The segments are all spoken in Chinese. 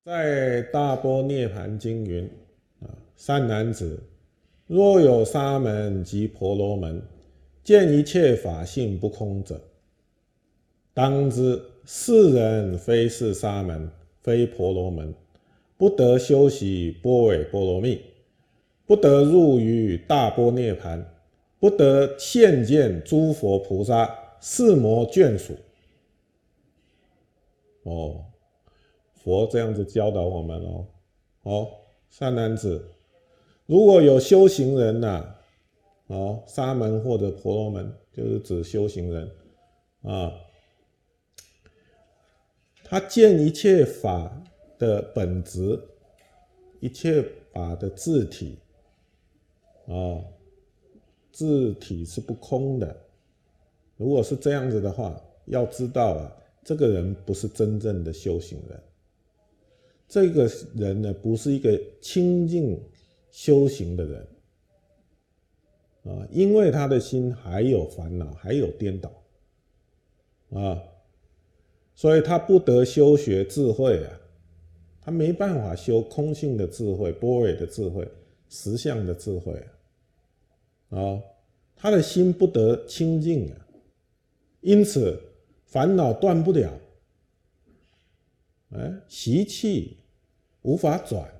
在大般涅盘经云：善男子，若有沙门及婆罗门，见一切法性不空者，当知是人非是沙门，非婆罗门，不得修习般若波罗蜜，不得入于大般涅盘，不得现见诸佛菩萨四摩眷属。佛这样子教导我们善男子，如果有修行人沙门或者婆罗门，就是指修行人他见一切法的本质，一切法的自体自体是不空的。如果是这样子的话，要知道这个人不是真正的修行人。这个人呢，不是一个清净修行的人因为他的心还有烦恼，还有颠倒所以他不得修学智慧他没办法修空性的智慧、般若的智慧、实相的智慧他的心不得清净因此烦恼断不了，习气无法转，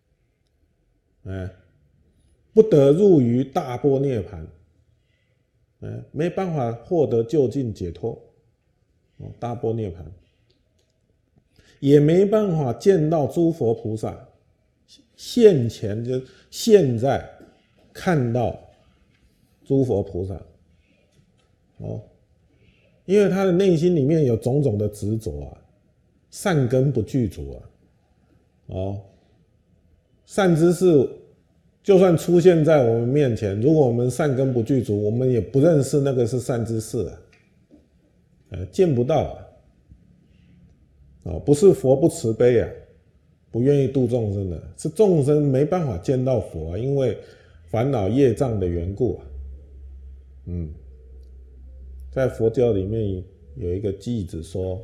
不得入于大般涅盘，没办法获得究竟解脱，大般涅盘，也没办法见到诸佛菩萨，现前就现在看到诸佛菩萨，因为他的内心里面有种种的执着善根不具足善知识就算出现在我们面前，如果我们善根不具足，我们也不认识那个是善知识见不到不是佛不慈悲不愿意度众生的，是众生没办法见到佛因为烦恼业障的缘故在佛教里面有一个偈子说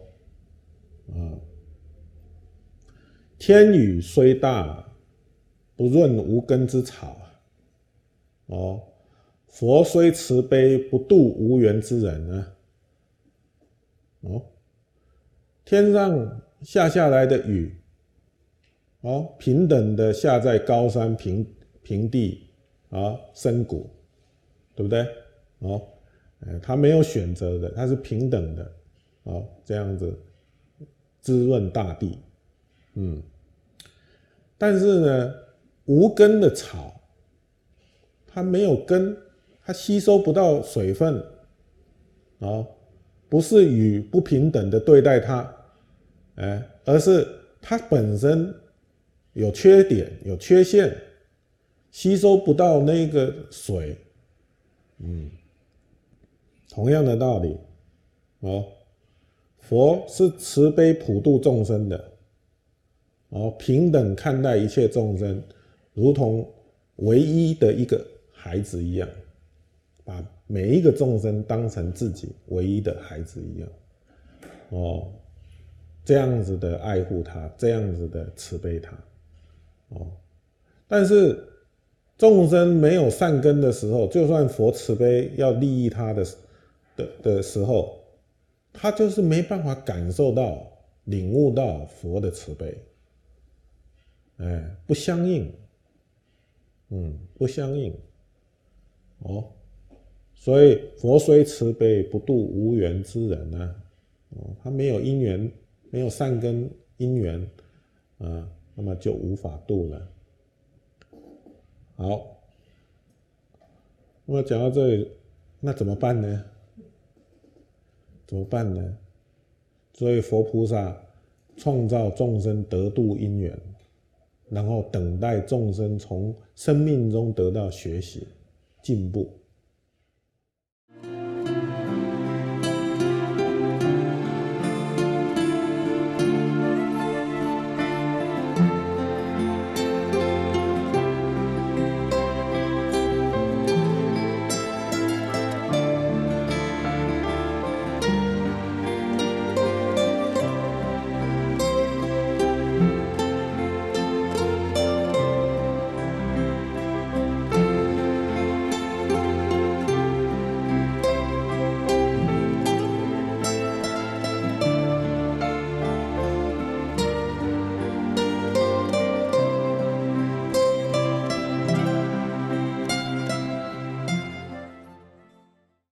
天雨虽大，不润无根之草佛虽慈悲，不度无缘之人天上下来的雨平等的下在高山平地深谷，对不对他没有选择的，他是平等的这样子滋润大地但是呢，无根的草，它没有根，它吸收不到水分不是雨不平等的对待它而是它本身有缺点有缺陷，吸收不到那个水同样的道理佛是慈悲普度众生的平等看待一切众生，如同唯一的一个孩子一样，把每一个众生当成自己唯一的孩子一样这样子的爱护他，这样子的慈悲他但是众生没有善根的时候，就算佛慈悲要利益他的时候，他就是没办法感受到领悟到佛的慈悲不相应不相应所以佛虽慈悲，不度无缘之人他没有因缘，没有善根因缘那么就无法度了。好，那么讲到这里，那怎么办呢？怎么办呢？所以佛菩萨创造众生得度因缘，然后等待众生从生命中得到学习进步